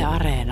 Areena.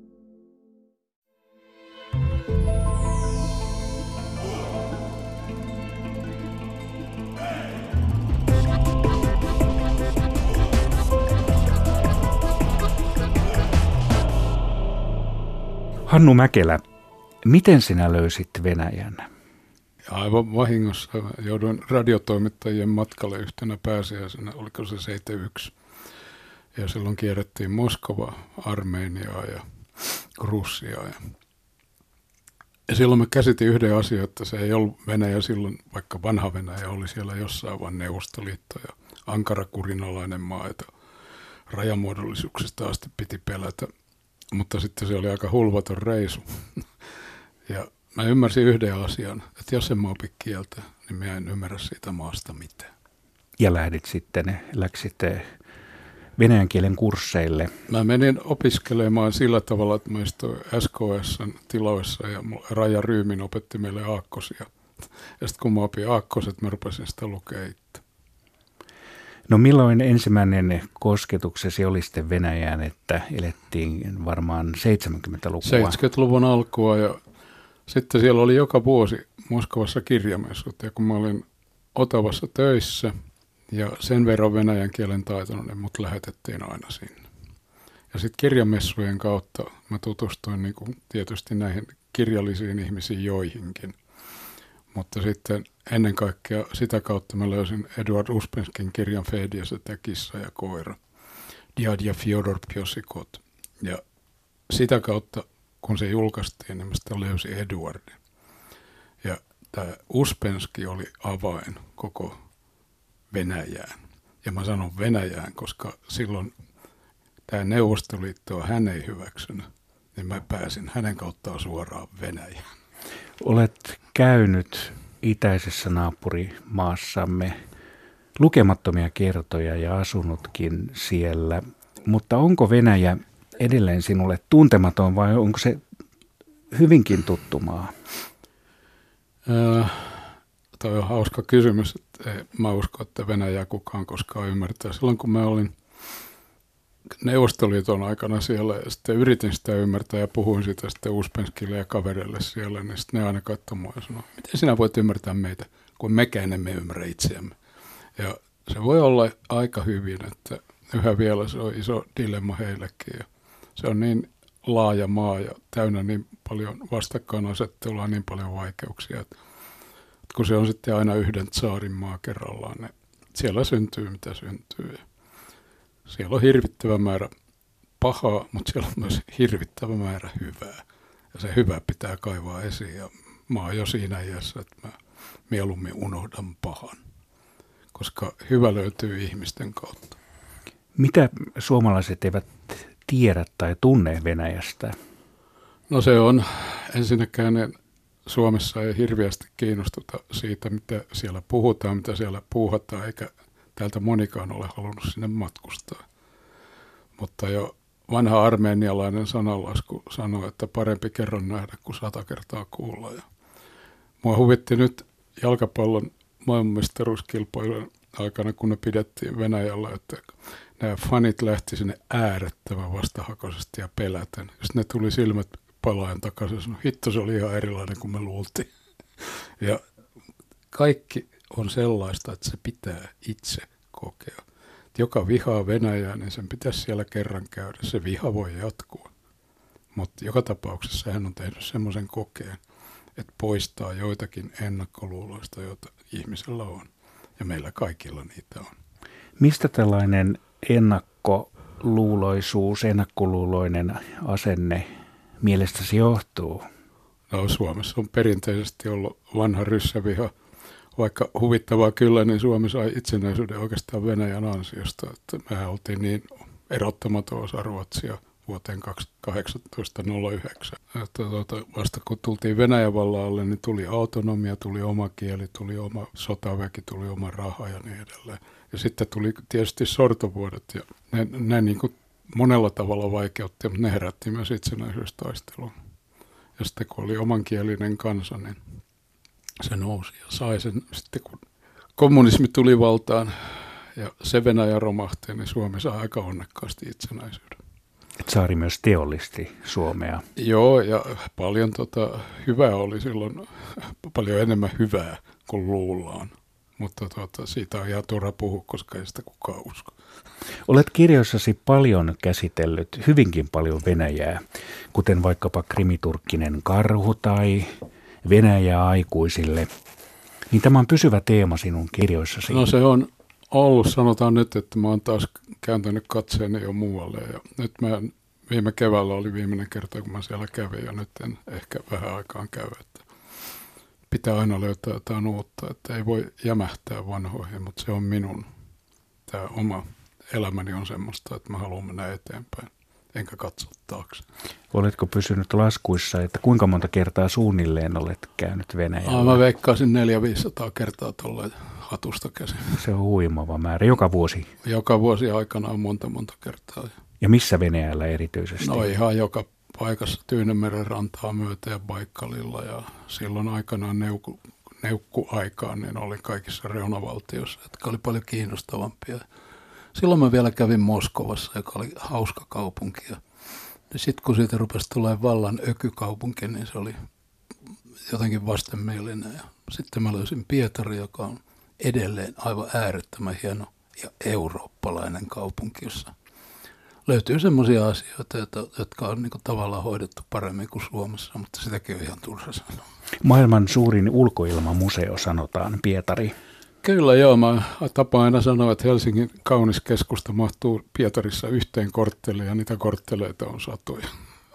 Hannu Mäkelä, miten sinä löysit Venäjän? Aivan vahingossa jouduin radiotoimittajien matkalle yhtenä pääsiäisenä, oliko se 71. Ja silloin kierrettiin Moskovaa, Armeniaa ja Gruziaa. Ja silloin mä käsitin yhden asian, että se ei ollut Venäjä silloin, vaikka vanha Venäjä oli siellä jossain, vaan Neuvostoliitto ja ankara kurinalainen maa, että rajamuodollisuuksista asti piti pelätä. Mutta sitten se oli aika hulvaton reisu. Ja mä ymmärsin yhden asian, että jos en mä opi kieltä, niin mä en ymmärrä siitä maasta mitään. Ja läksit venäjän kielen kursseille. Mä menin opiskelemaan sillä tavalla, että mä istuin SKS:n tiloissa ja Raija Ryymin opetti meille aakkosia. Ja sitten kun mä opin aakkoset, mä rupesin sitä lukea itse. No milloin ensimmäinen kosketuksesi oli sitten Venäjään, että elettiin varmaan 70-lukua? 70-luvun alkua ja sitten siellä oli joka vuosi Moskovassa kirjamessut. Ja kun mä olin Otavassa töissä ja sen verran venäjän kielen taitanut, niin mut lähetettiin aina sinne. Ja sitten kirjamessujen kautta mä tutustuin niin kuin tietysti näihin kirjallisiin ihmisiin joihinkin. Mutta sitten ennen kaikkea sitä kautta mä löysin Eduard Uspenskin kirjan Fediassa ja kissa ja koira. Djadja Fjodor Pjosikot. Ja sitä kautta, kun se julkaistiin, niin mä sitä löysin Eduardin. Ja tämä Uspenski oli avain koko Venäjään. Ja mä sanon Venäjään, koska silloin tämä Neuvostoliitto hän ei hyväksynyt. Niin mä pääsin hänen kauttaan suoraan Venäjään. Olet käynyt itäisessä naapurimaassamme lukemattomia kertoja ja asunutkin siellä, mutta onko Venäjä edelleen sinulle tuntematon vai onko se hyvinkin tuttu maa? Toi on hauska kysymys, että mä uskon, että Venäjää kukaan koskaan ymmärtää. Silloin kun mä olin Neuvostoliiton aikana siellä ja sitten yritin sitä ymmärtää ja puhuin sitä sitten Uspenskille ja kavereille siellä, niin sitten ne aina katsoi mua ja sanoi, miten sinä voit ymmärtää meitä, kun mekään emme ymmärrä itseämme. Ja se voi olla aika hyvin, että yhä vielä se on iso dilemma heillekin. Ja se on niin laaja maa ja täynnä niin paljon vastakkainasettelua, niin paljon vaikeuksia, että kun se on sitten aina yhden tsaarin maa kerrallaan, niin siellä syntyy mitä syntyy. Siellä on hirvittävä määrä pahaa, mutta siellä on myös hirvittävä määrä hyvää. Ja se hyvä pitää kaivaa esiin. Ja mä oon jo siinä iässä, että mä mieluummin unohdan pahan. Koska hyvä löytyy ihmisten kautta. Mitä suomalaiset eivät tiedä tai tunne Venäjästä? No se on ensinnäkään Suomessa ei hirveästi kiinnostuta siitä, mitä siellä puhutaan, mitä siellä puuhataan, eikä täältä monikaan ole halunnut sinne matkustaa. Mutta jo vanha armeenialainen sananlasku sanoo, että parempi kerran nähdä kuin 100 kertaa kuulla. Ja mua huvitti nyt jalkapallon maailmanmestaruuskilpailujen aikana, kun ne pidettiin Venäjällä, että nämä fanit lähti sinne äärettömän vastahakoisesti ja peläten. Ja sitten ne tuli silmät palaen takaisin ja sanoi, hitto se oli ihan erilainen kuin me luultiin. Ja kaikki on sellaista, että se pitää itse kokea. Joka vihaa Venäjää, niin sen pitäisi siellä kerran käydä. Se viha voi jatkua. Mutta joka tapauksessa hän on tehnyt semmoisen kokeen, että poistaa joitakin ennakkoluuloista, joita ihmisellä on. Ja meillä kaikilla niitä on. Mistä tällainen ennakkoluuloisuus, ennakkoluuloinen asenne mielestäsi johtuu? No Suomessa on perinteisesti ollut vanha ryssäviha. Vaikka huvittavaa kyllä, niin Suomi sai itsenäisyyden oikeastaan Venäjän ansiosta. Että mehän oltiin niin erottamaton osa Ruotsia vuoteen 1809. Vasta kun tultiin Venäjän vallalle, niin tuli autonomia, tuli oma kieli, tuli oma sotaväki, tuli oma raha ja niin edelleen. Ja sitten tuli tietysti sortovuodet ja ne niin kuin monella tavalla vaikeutti, mutta ne herätti myös itsenäisyystaistelun. Ja sitten kun oli omankielinen kansa, niin se nousi ja sai sen sitten, kun kommunismi tuli valtaan ja se Venäjä romahti, niin Suomi sai aika onnekkaasti itsenäisyyden. Saari myös teollisti Suomea. Joo, ja paljon hyvää oli silloin, paljon enemmän hyvää kuin luullaan. Mutta siitä on ihan turha puhua, koska ei sitä kukaan usko. Olet kirjoissasi paljon käsitellyt, hyvinkin paljon Venäjää, kuten vaikkapa krimiturkkinen Karhu tai Venäjää aikuisille. Niin tämä on pysyvä teema sinun kirjoissasi. No se on ollut, sanotaan nyt, että mä oon taas kääntänyt katseeni jo muualle. Ja nyt viime keväällä oli viimeinen kerta, kun mä siellä kävin, ja nyt en ehkä vähän aikaan käy. Että pitää aina löytää jotain uutta, että ei voi jämähtää vanhoihin, mutta se on tämä oma elämäni on semmoista, että mä haluan mennä eteenpäin, enkä katso taakse. Oletko pysynyt laskuissa, että kuinka monta kertaa suunnilleen olet käynyt Venäjällä? Mä veikkaisin 400-500 kertaa tuolla hatusta käsin. Se on huimava määrä, joka vuosi? Joka vuosi aikana on monta kertaa. Ja missä Venäjällä erityisesti? No ihan joka paikassa, Tyynemeren rantaa myöten ja Baikkalilla, ja silloin aikanaan neukkuaikaan niin olin kaikissa reunavaltioissa, jotka oli paljon kiinnostavampia. Silloin mä vielä kävin Moskovassa, joka oli hauska kaupunki. Ja sitten kun siitä rupesi tulemaan vallan ökykaupunki, niin se oli jotenkin vastenmielinen. Ja sitten mä löysin Pietari, joka on edelleen aivan äärettömän hieno ja eurooppalainen kaupunki, jossa löytyy semmoisia asioita, jotka on niin kuin tavallaan hoidettu paremmin kuin Suomessa, mutta sitäkin on ihan turha sanoa. Maailman suurin ulkoilmamuseo sanotaan, Pietari. Kyllä joo, mä tapaan aina sanoa, että Helsingin kaunis keskusta mahtuu Pietarissa yhteen kortteliin ja niitä kortteleita on satoja.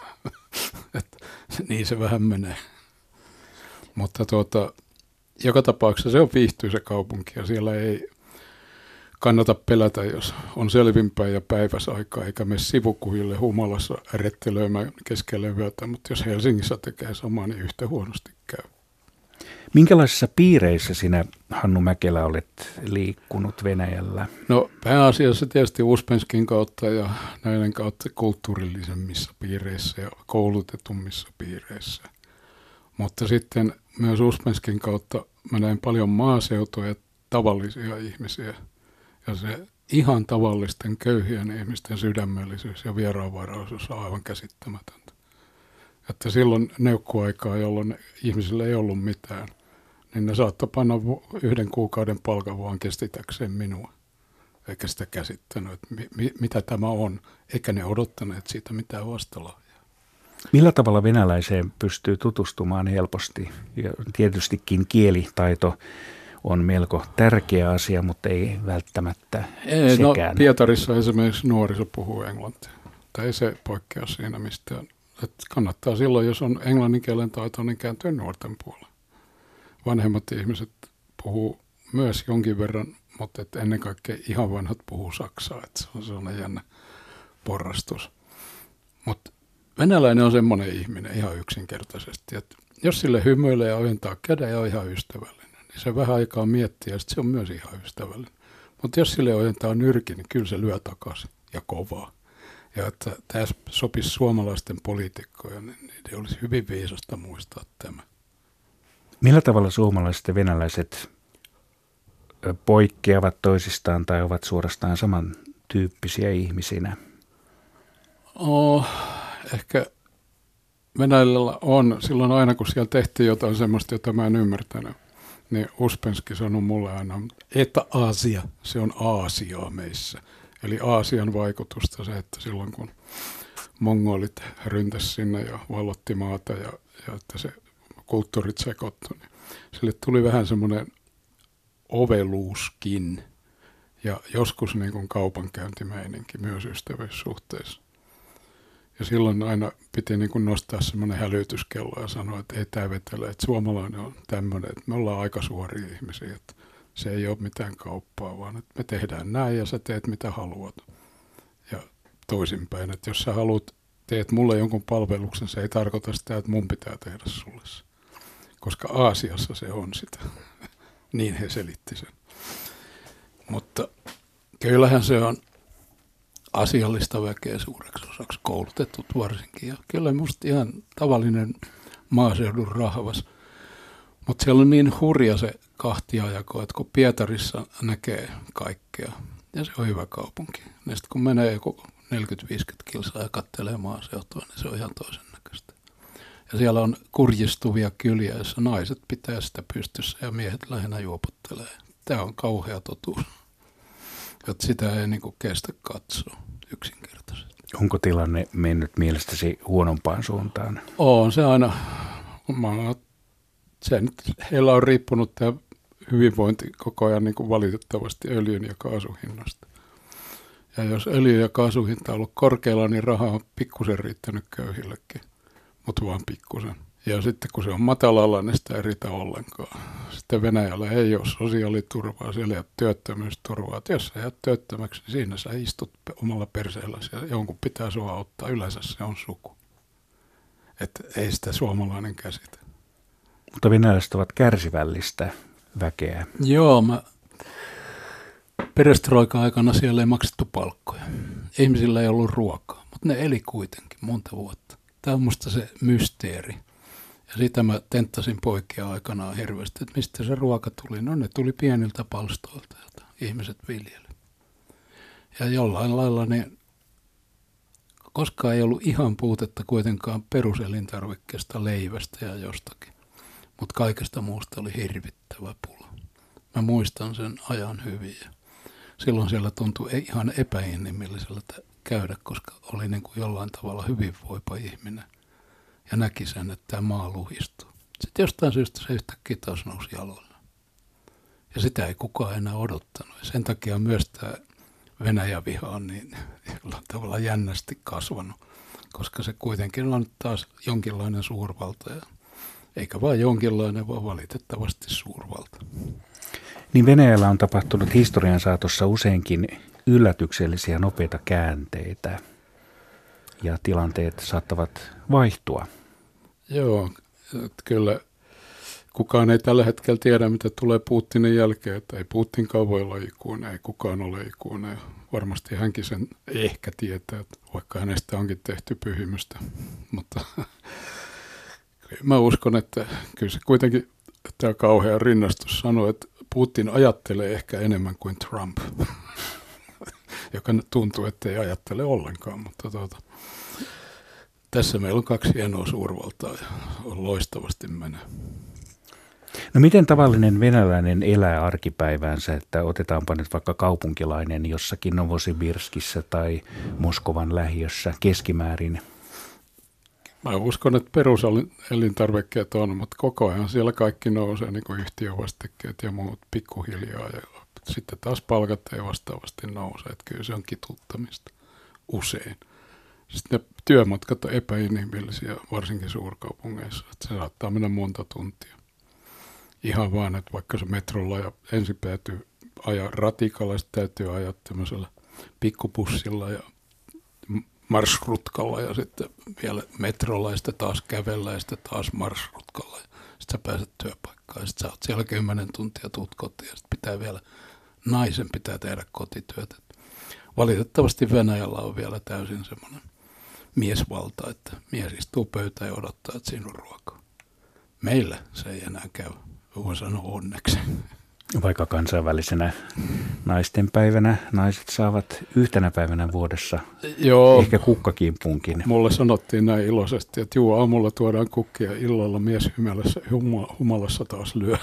Niin se vähän menee. Mutta joka tapauksessa se on viihtyisä kaupunki ja siellä ei kannata pelätä, jos on selvinpäin ja päiväsaikaa, eikä mene sivukuhille humalassa rettelöimään keskellä yötä, mutta jos Helsingissä tekee samaa, niin yhtä huonosti käy. Minkälaisissa piireissä sinä, Hannu Mäkelä, olet liikkunut Venäjällä? No pääasiassa tietysti Uspenskin kautta ja näiden kautta kulttuurillisemmissa piireissä ja koulutetummissa piireissä. Mutta sitten myös Uspenskin kautta mä näin paljon maaseutua ja tavallisia ihmisiä. Ja se ihan tavallisten köyhien ihmisten sydämellisyys ja vieraanvaraisuus on aivan käsittämätöntä. Että silloin neukkuaikaa, jolloin ihmisillä ei ollut mitään, niin ne saattoi panna 1 kuukauden palkan vaan kestitäkseen minua. Eikä sitä käsittänyt, että mitä tämä on, eikä ne odottaneet siitä mitään vastalahjaa. Millä tavalla venäläiseen pystyy tutustumaan helposti? Ja tietystikin kielitaito on melko tärkeä asia, mutta ei välttämättä sekään. No, Pietarissa esimerkiksi nuoriso puhuu englantia. Tai ei se poikkea siinä mistään. Että kannattaa silloin, jos on englannin kielen taito, niin kääntyä nuorten puolelle. Vanhemmat ihmiset puhuu myös jonkin verran, mutta että ennen kaikkea ihan vanhat puhuu saksaa. Että se on sellainen jännä porrastus. Mutta venäläinen on semmoinen ihminen ihan yksinkertaisesti, että jos sille hymyilee ja ojentaa käden ja on ihan ystävällinen, niin se vähän aikaa miettii ja sitten se on myös ihan ystävällinen. Mutta jos sille ojentaa nyrkin, niin kyllä se lyö takaisin ja kovaa. Ja että tämä sopisi suomalaisten poliitikkojen, niin niiden olisi hyvin viisasta muistaa tämä. Millä tavalla suomalaiset ja venäläiset poikkeavat toisistaan tai ovat suorastaan samantyyppisiä ihmisinä? Ehkä Venäjällä on, silloin aina kun siellä tehtiin jotain semmoista, jota mä en ymmärtänyt, niin Uspenski sanoi mulle aina, että Aasia, se on Aasiaa meissä. Eli Aasian vaikutusta se, että silloin kun mongolit ryntäsi sinne ja vallotti maata ja että se kulttuurit sekoittui, niin sille tuli vähän semmoinen oveluuskin ja joskus niin kuin kaupankäyntimeininki myös ystävyyssuhteissa. Ja silloin aina piti niin kuin nostaa semmoinen hälytyskello ja sanoa, että ei tämä vetele, että suomalainen on tämmöinen, että me ollaan aika suoria ihmisiä, että se ei ole mitään kauppaa, vaan että me tehdään näin ja sä teet mitä haluat. Ja toisinpäin, että jos sä haluat, teet mulle jonkun palveluksen, se ei tarkoita sitä, että mun pitää tehdä sulle se. Koska Aasiassa se on sitä. Niin he selitti sen. Mutta kyllähän se on asiallista väkeä suureksi osaksi, koulutetut varsinkin. Ja kyllä musta ihan tavallinen maaseudun rahvas. Mutta siellä on niin hurja se kahtiajako, että kun Pietarissa näkee kaikkea, ja se on hyvä kaupunki. Ja sitten kun menee joku kilsaa ja kattelee maaseutua, niin se on ihan toisen näköistä. Ja siellä on kurjistuvia kyliä, joissa naiset pitää sitä pystyssä ja miehet lähinnä juopottelee. Tämä on kauhea totuus, että sitä ei niinku kestä katsoa yksinkertaisesti. Onko tilanne mennyt mielestäsi huonompaan suuntaan? On se aina. Heillä on riippunut tämä hyvinvointi koko ajan niin kuin valitettavasti öljyn ja kaasuhinnasta. Ja jos öljy- ja kaasuhinta on ollut korkealla, niin raha on pikkusen riittänyt köyhillekin, mutta vaan pikkusen. Ja sitten kun se on matalalla, niin sitä ei riitä ollenkaan. Sitten Venäjällä ei ole sosiaaliturvaa, siellä ei ole työttömyysturvaa. Et jos sä jäät työttömäksi, niin siinä sä istut omalla perseelläsi ja jonkun pitää sua auttaa. Yleensä se on suku. Että ei sitä suomalainen käsitä. Mutta venäläiset ovat kärsivällistä väkeä. Joo, perestroika-aikana siellä ei maksettu palkkoja. Ihmisillä ei ollut ruokaa, mutta ne eli kuitenkin monta vuotta. Tämä on musta se mysteeri. Ja sitä mä tenttasin poikia aikanaan hirveästi, että mistä se ruoka tuli. No ne tuli pieniltä palstoilta, joita ihmiset viljelivät. Ja jollain lailla niin koskaan ei ollut ihan puutetta kuitenkaan peruselintarvikkeesta, leivästä ja jostakin. Mutta kaikesta muusta oli hirvittävä pula. Mä muistan sen ajan hyvin. Ja silloin siellä tuntui ihan epäinhimilliseltä käydä, koska oli niin kuin jollain tavalla hyvinvoipa ihminen. Ja näki sen, että tämä maa luhistuu. Sitten jostain syystä se yhtäkkiä taas nousi jaloille. Ja sitä ei kukaan enää odottanut. Ja sen takia myös tämä Venäjä-viha on niin jollain tavalla jännästi kasvanut. Koska se kuitenkin on taas jonkinlainen suurvalta. Eikä vain jonkinlainen, vaan valitettavasti suurvalta. Niin Venäjällä on tapahtunut historian saatossa useinkin yllätyksellisiä nopeita käänteitä. Ja tilanteet saattavat vaihtua. Joo, kyllä kukaan ei tällä hetkellä tiedä, mitä tulee Putinin jälkeen. Että ei Putinkaan voi olla ikuinen, ei kukaan ole ikuinen. Varmasti hänkin sen ehkä tietää, vaikka hänestä onkin tehty pyhimystä. Mutta mä uskon, että kyllä se kuitenkin tämä kauhea rinnastus sanoo, että Putin ajattelee ehkä enemmän kuin Trump, joka tuntuu, että ei ajattele ollenkaan, mutta tässä meillä on kaksi hienoa suurvaltaa ja on loistavasti menee. No miten tavallinen venäläinen elää arkipäiväänsä, että otetaanpa nyt vaikka kaupunkilainen jossakin Novosibirskissä tai Moskovan lähiössä keskimäärin? Mä uskon, että peruselintarvikkeet on, mutta koko ajan siellä kaikki nousee, niin kuin yhtiövastikkeet ja muut pikkuhiljaa. Ja sitten taas palkat ei vastaavasti nouse, että kyllä se on kituttamista usein. Sitten ne työmatkat on epäinhimillisiä, varsinkin suurkaupungeissa, että se saattaa mennä monta tuntia. Ihan vaan, että vaikka se metrolla ja ensin päätyy ajaa ratikalla, sitten täytyy ajaa tämmöisellä pikkupussilla ja marsrutkalla ja sitten vielä metrolla ja sitten taas kävellä ja sitten taas marsrutkalla. Sitten sä pääset työpaikkaan ja sitten sä oot siellä 10 tuntia tuut kotiin ja sitten pitää vielä, naisen pitää tehdä kotityötä. Valitettavasti Venäjällä on vielä täysin semmoinen miesvalta, että mies istuu pöytään ja odottaa, että siinä on ruokaa. Meillä se ei enää käy, voin sanoa onneksi. Vaikka kansainvälisenä naisten päivänä naiset saavat yhtenä päivänä vuodessa ehkä kukkakimpunkin. Mulle sanottiin näin iloisesti, että juu, aamulla tuodaan kukkia, illalla mies humalassa taas lyö.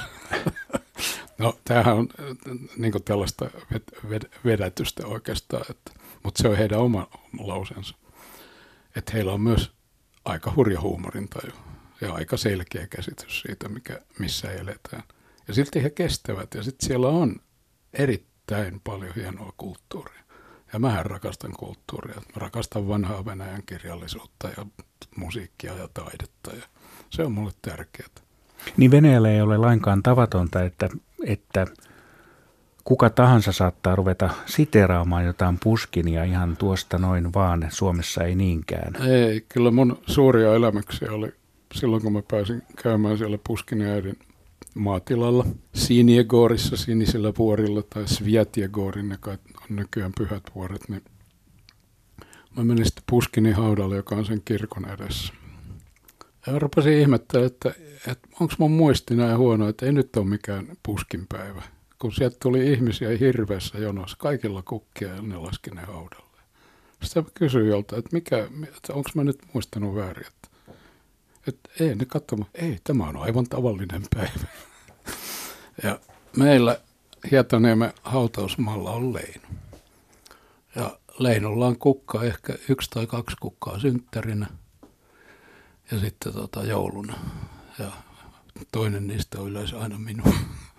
No tämähän on niin kuin tällaista vedätystä oikeastaan, mutta se on heidän oma lauseensa. Että heillä on myös aika hurja huumorintaju ja aika selkeä käsitys siitä, missä eletään. Ja silti he kestävät ja sitten siellä on erittäin paljon hienoa kulttuuria. Ja mähän rakastan kulttuuria. Mä rakastan vanhaa Venäjän kirjallisuutta ja musiikkia ja taidetta ja se on mulle tärkeää. Niin Venäjällä ei ole lainkaan tavatonta, että kuka tahansa saattaa ruveta siteeraamaan jotain Pushkinia ihan tuosta noin vaan, Suomessa ei niinkään. Ei, kyllä mun suuria elämyksiä oli silloin, kun mä pääsin käymään siellä Pushkinin äidin maatilalla. Sinjegorissa, sinisillä vuorilla tai Sviatjegorin, joka on nykyään pyhät vuoret, niin mä menin sitten Pushkinin haudalle, joka on sen kirkon edessä. Ja rupesin ihmettämään, että onko mun muisti näin huono, että ei nyt ole mikään Pushkin päivä. Kun sieltä tuli ihmisiä hirveässä jonossa, kaikilla kukkia ja ne laski ne haudalle. Sitten mä kysyin jolta, että onko mä nyt muistanut väärin, että ei ne katsomaan, ei, tämä on aivan tavallinen päivä. Ja meillä Hietaniemen hautausmaalla on Leino. Ja Leinolla on kukka, ehkä 1 tai 2 kukkaa synttärinä ja sitten jouluna. Ja toinen niistä on yleensä aina minun.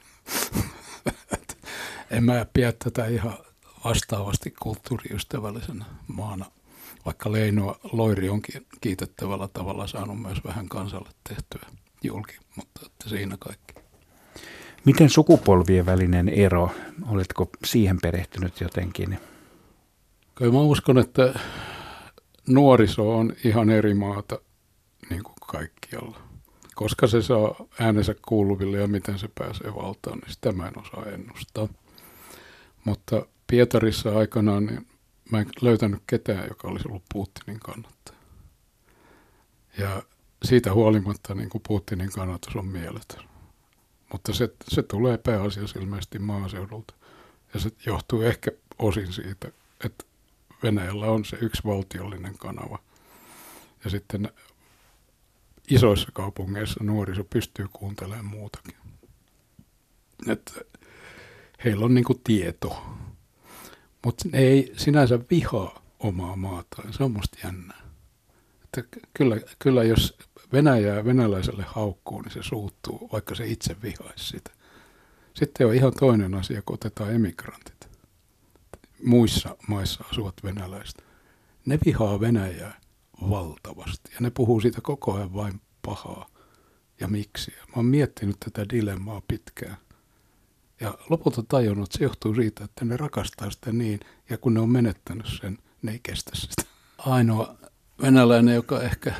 En mä pidä tätä ihan vastaavasti kulttuuriystävällisenä maana, vaikka Loiri onkin kiitettävällä tavalla saanut myös vähän kansalle tehtyä julki, mutta että siinä kaikki. Miten sukupolvien välinen ero, oletko siihen perehtynyt jotenkin? Kyllä mä uskon, että nuoriso on ihan eri maata niin kuin kaikkialla. Koska se saa äänensä kuuluville ja miten se pääsee valtaan, niin sitä mä en osaa ennustaa. Mutta Pietarissa aikanaan niin mä en löytänyt ketään, joka olisi ollut Putinin kannattaja. Ja siitä huolimatta niin kuin Putinin kannatus on mieletön. Mutta se tulee pääasiassa ilmeisesti maaseudulta. Ja se johtuu ehkä osin siitä, että Venäjällä on se yksi valtiollinen kanava. Ja sitten isoissa kaupungeissa nuoriso pystyy kuuntelemaan muutakin. Että heillä on niinku tieto, mutta ne ei sinänsä vihaa omaa maataan. Se on musta jännää. Että kyllä jos Venäjää venäläiselle haukkuu, niin se suuttuu, vaikka se itse vihaisi sitä. Sitten on ihan toinen asia, kun otetaan emigrantit. Muissa maissa asuvat venäläiset. Ne vihaa Venäjää valtavasti ja ne puhuu siitä koko ajan vain pahaa ja miksi. Mä oon miettinyt tätä dilemmaa pitkään ja lopulta tajunnut, että se johtuu siitä, että ne rakastaa sitä niin ja kun ne on menettänyt sen, ne ei kestä sitä. Ainoa venäläinen, joka ehkä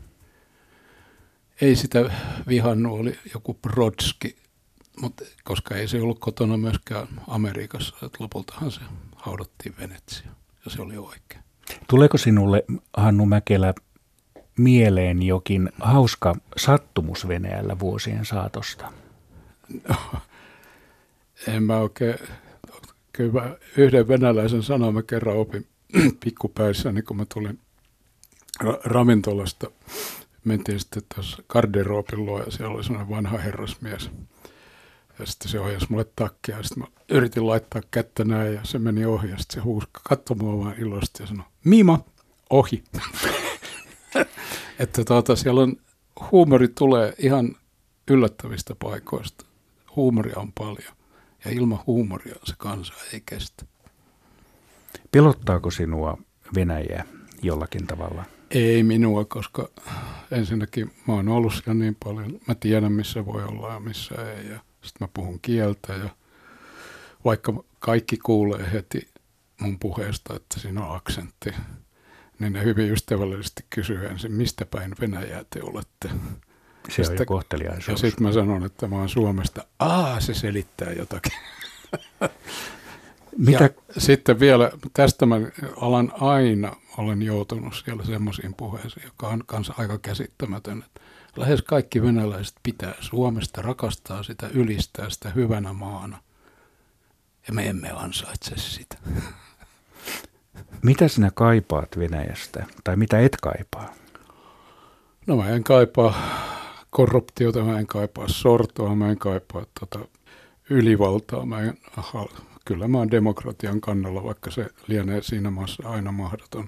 ei sitä vihannut, oli joku Brodski, mutta koska ei se ollut kotona myöskään Amerikassa, että lopultahan se haudattiin Venetsiaan ja se oli oikein. Tuleeko sinulle, Hannu Mäkelä, mieleen jokin hauska sattumus Venäjällä vuosien saatosta? No, en mä oikein. Kyllä mä yhden venäläisen sanan mä kerran opin pikkupäissäni, kun mä tulin ravintolasta. Mentiin sitten tuossa garderoobin luo ja siellä oli sellainen vanha herrasmies. Ja sitten se ohjasi mulle takkia ja sitten mä yritin laittaa kättä näin ja se meni ohi ja sitten se huusi, katsoi mua vaan iloisesti ja sanoi, Mima, ohi. Että siellä on, huumori tulee ihan yllättävistä paikoista. Huumoria on paljon ja ilman huumoria se kansa ei kestä. Pelottaako sinua Venäjä jollakin tavalla? Ei minua, koska ensinnäkin mä oon ollut siellä niin paljon. Mä tiedän, missä voi olla ja missä ei. Ja sitten mä puhun kieltä ja vaikka kaikki kuulee heti mun puheesta, että siinä on aksentti, niin ne hyvin ystävällisesti kysyy ensin, mistä päin Venäjää te olette. Se on jo kohteliaisuus. Ja sitten mä sanon, että mä oon Suomesta. Se selittää jotakin. Mitä? Ja sitten vielä, tästä mä olen joutunut siellä semmoisiin puheisiin, joka on kanssa aika käsittämätön, että lähes kaikki venäläiset pitää Suomesta, rakastaa sitä, ylistää sitä hyvänä maana. Ja me emme ansaitse sitä. Mitä sinä kaipaat Venäjästä? Tai mitä et kaipaa? No mä en kaipaa korruptiota, mä en kaipaa sortoa, mä en kaipaa ylivaltaa. Kyllä mä oon demokratian kannalla, vaikka se lienee siinä maassa aina mahdoton.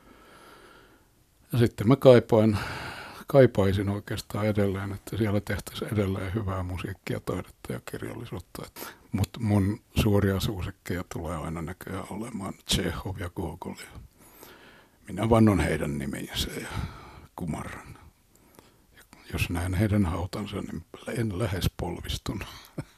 Ja sitten mä kaipaisin oikeastaan edelleen, että siellä tehtäisiin edelleen hyvää musiikkia, taidetta ja kirjallisuutta. Mutta mun suoria suosikkeja tulee aina näköjään olemaan Tšehov ja Gogol. Minä vannon heidän nimiensä ja kumarran. Ja jos näen heidän hautansa, niin en lähes polvistun.